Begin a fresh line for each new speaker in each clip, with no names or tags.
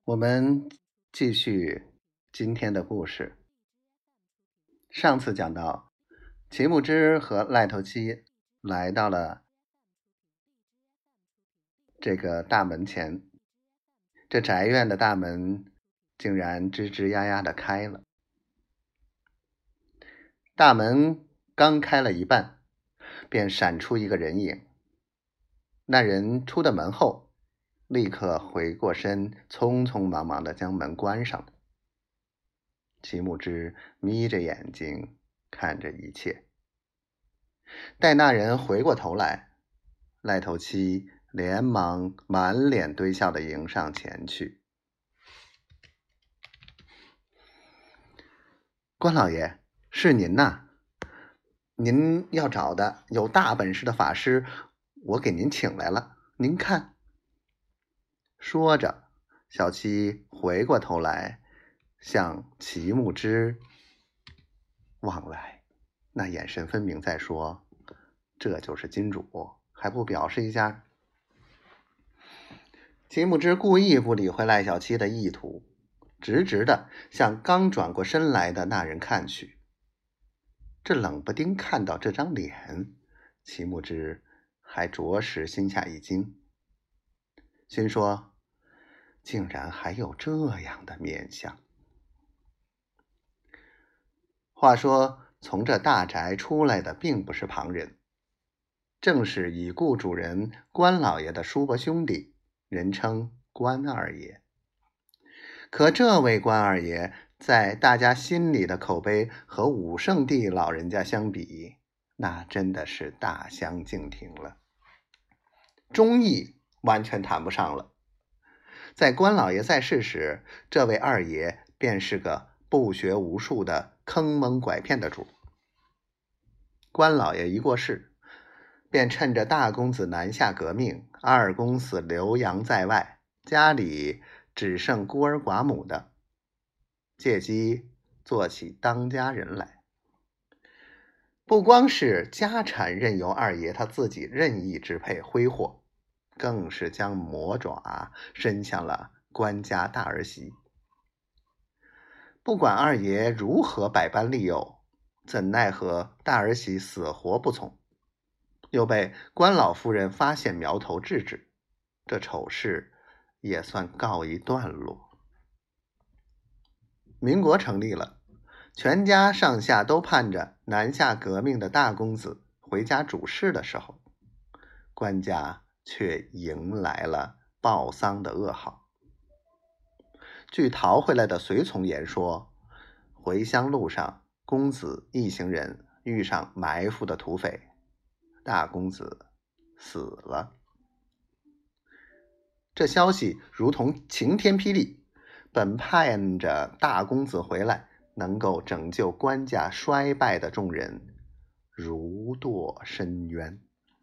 我们继续今天的故事。上次讲到，齐木枝和赖头七来到了这个大门前，这宅院的大门竟然吱吱呀呀的开了。大门刚开了一半，便闪出一个人影。那人出的门后，立刻回过身，匆匆忙忙地将门关上了。齐木枝眯着眼睛看着一切。待那人回过头来，赖头七连忙满脸堆笑地迎上前去。关老爷，是您呐！您要找的有大本事的法师，我给您请来了，您看。说着，小七回过头来向齐木枝望来，那眼神分明在说，这就是金主，还不表示一下？齐木枝故意不理会赖小七的意图，直直的向刚转过身来的那人看去。这冷不丁看到这张脸，齐木枝还着实心下一惊，心说竟然还有这样的面相。话说从这大宅出来的并不是旁人，正是已故主人关老爷的叔伯兄弟，人称关二爷。可这位关二爷在大家心里的口碑和武圣帝老人家相比，那真的是大相径庭了，忠义完全谈不上了。在关老爷在世时，这位二爷便是个不学无术的坑蒙拐骗的主。关老爷一过世，便趁着大公子南下革命，二公子留洋在外，家里只剩孤儿寡母的，借机做起当家人来。不光是家产任由二爷他自己任意支配挥霍，更是将魔爪伸向了关家大儿媳。不管二爷如何百般利诱，怎奈何大儿媳死活不从，又被关老夫人发现苗头制止，这丑事也算告一段落。民国成立了，全家上下都盼着南下革命的大公子回家主事的时候，关家却迎来了报丧的噩耗。据逃回来的随从言说，回乡路上，公子一行人遇上埋伏的土匪，大公子死了。这消息如同晴天霹雳，本盼着大公子回来能够拯救关家衰败的众人，如堕深渊。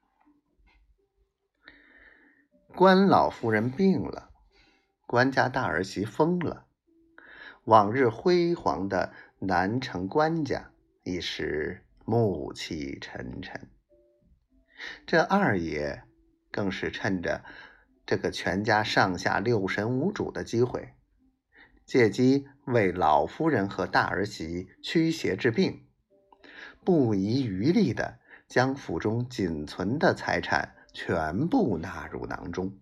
关老夫人病了，关家大儿媳疯了，往日辉煌的南城关家一时暮气沉沉。这二爷更是趁着这个全家上下六神无主的机会，借机为老夫人和大儿媳驱邪治病，不遗余力地将府中仅存的财产全部纳入囊中。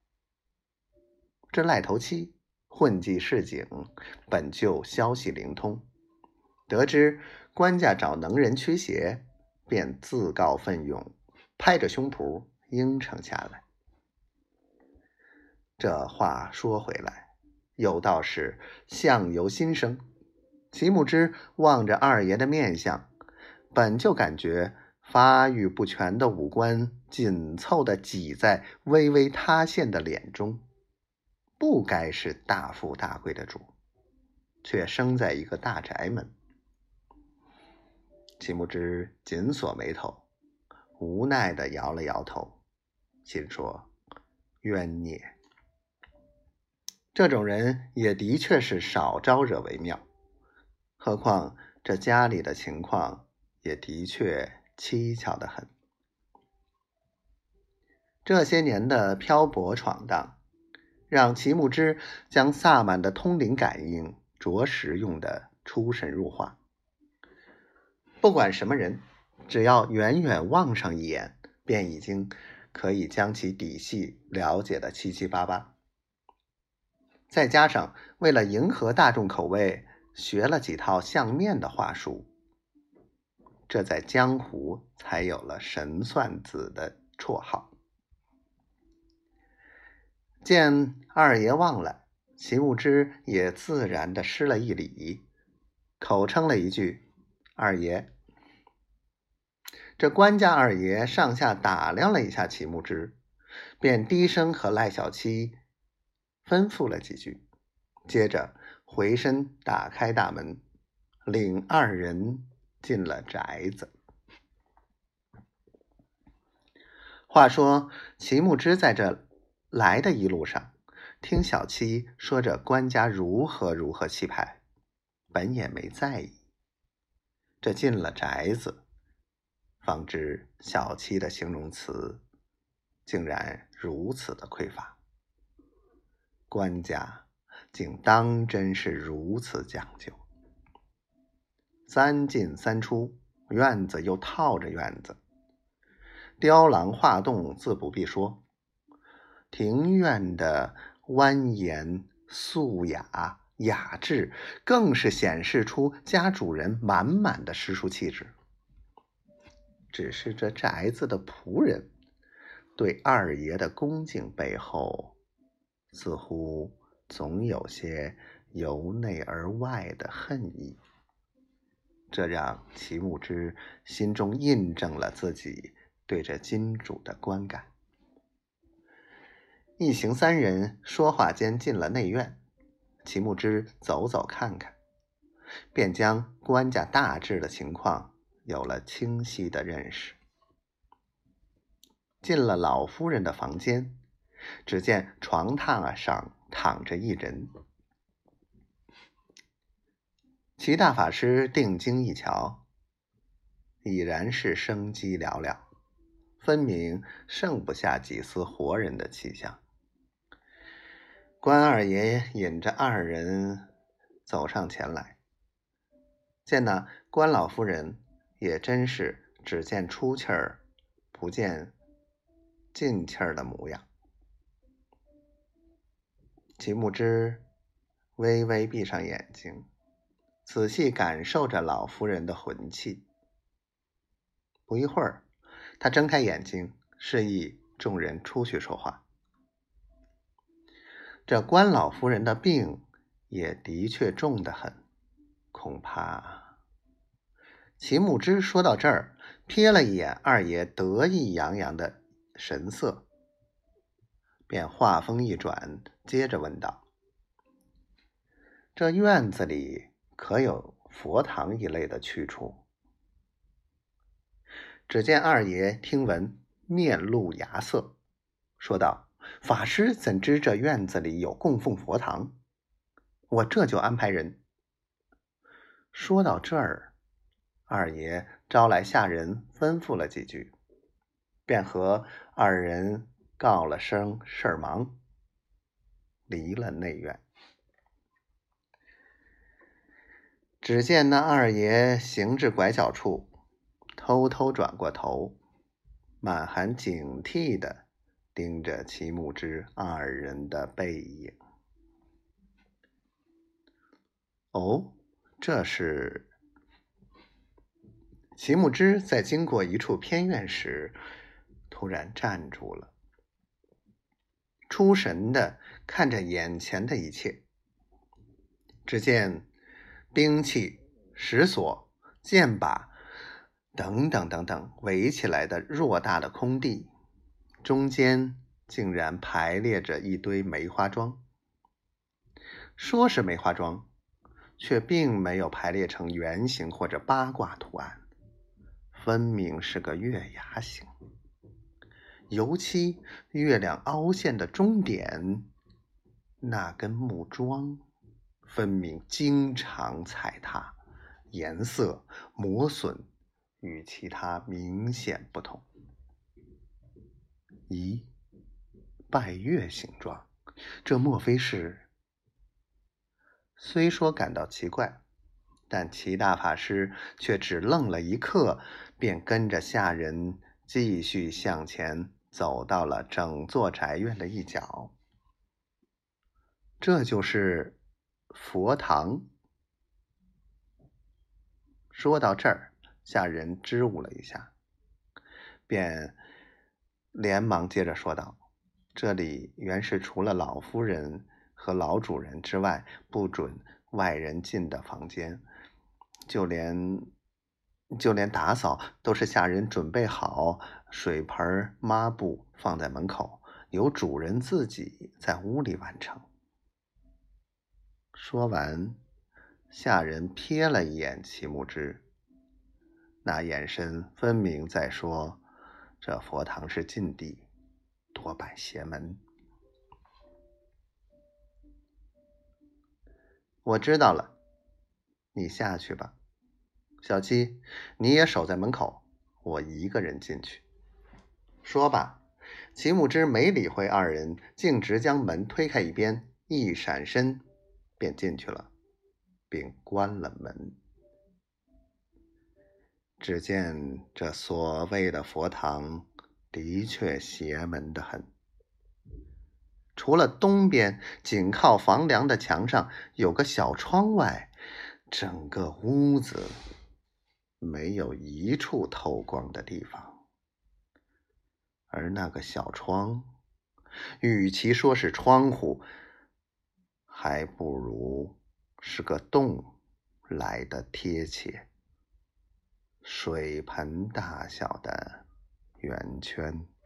这赖头七混迹市井，本就消息灵通，得知关家找能人驱邪，便自告奋勇，拍着胸脯应承下来。这话说回来，有道是相由心生。齐木枝望着二爷的面相，本就感觉发育不全的五官紧凑地挤在微微塌陷的脸中，不该是大富大贵的主，却生在一个大宅门。齐木枝紧锁眉头，无奈地摇了摇头，心说冤孽。这种人也的确是少招惹为妙，何况这家里的情况也的确蹊跷得很。这些年的漂泊闯荡， 让齐木枝将萨满的通灵感应着实用得出神入化。不管什么人，只要远远望上一眼，便已经可以将其底细了解得七七八八。再加上为了迎合大众口味，学了几套相面的话术，这在江湖才有了神算子的绰号。见二爷忘了，齐木枝也自然地施了一礼，口称了一句二爷。这官家二爷上下打量了一下齐木枝，便低声和赖小七吩咐了几句，接着回身打开大门，领二人进了宅子。话说齐木枝在这来的一路上，听小七说着官家如何气派，本也没在意。这进了宅子，方知小七的形容词竟然如此的匮乏，官家竟当真是如此讲究。三进三出，院子又套着院子，雕廊画栋自不必说，庭院的蜿蜒素雅雅致，更是显示出家主人满满的诗书气质。只是这宅子的仆人对二爷的恭敬背后，似乎总有些由内而外的恨意，这让齐木枝心中印证了自己对这金主的观感。一行三人说话间进了内院，齐木枝走走看看，便将官家大致的情况有了清晰的认识。进了老夫人的房间，只见床榻上躺着一人。齐大法师定睛一瞧，已然是生机寥寥，分明剩不下几丝活人的气象。关二爷引着二人走上前来，见那关老夫人也真是只见出气儿，不见进气儿的模样。齐木枝微微闭上眼睛，仔细感受着老夫人的魂气。不一会儿，他睁开眼睛，示意众人出去说话。这关老夫人的病也的确重得很，恐怕……齐木枝说到这儿，瞥了一眼二爷得意洋洋的神色，便话锋一转，接着问道：这院子里可有佛堂一类的去处？只见二爷听闻，面露牙色，说道：法师怎知这院子里有供奉佛堂？我这就安排人。说到这儿，二爷招来下人吩咐了几句，便和二人告了声事儿忙，离了内院。只见那二爷行至拐角处，偷偷转过头，满含警惕地盯着齐木枝二人的背影。哦，这是……齐木枝在经过一处偏院时，突然站住了，出神地看着眼前的一切。只见兵器、石锁、剑把等等围起来的偌大的空地，中间竟然排列着一堆梅花桩。说是梅花桩，却并没有排列成圆形或者八卦图案，分明是个月牙形。尤其月亮凹陷的中点，那根木桩分明经常踩踏，颜色磨损与其他明显不同。咦，拜月形状， 这莫非是……虽说感到奇怪，但齐大法师却只愣了一刻，便跟着下人继续向前走到了整座宅院的一角。这就是佛堂。说到这儿，下人支吾了一下，便连忙接着说道：这里原是除了老夫人和老主人之外不准外人进的房间，就连打扫都是下人准备好，水盆抹布放在门口，由主人自己在屋里完成。说完，下人瞥了一眼齐木之，那眼神分明在说，这佛堂是禁地，多半邪门。我知道了，你下去吧。小七，你也守在门口，我一个人进去。说罢，齐木之没理会二人，径直将门推开一边，一闪身便进去了，并关了门。只见这所谓的佛堂的确邪门得很。除了东边紧靠房梁的墙上有个小窗外，整个屋子没有一处透光的地方。而那个小窗，与其说是窗户，还不如是个洞来得贴切。水盆大小的圆圈。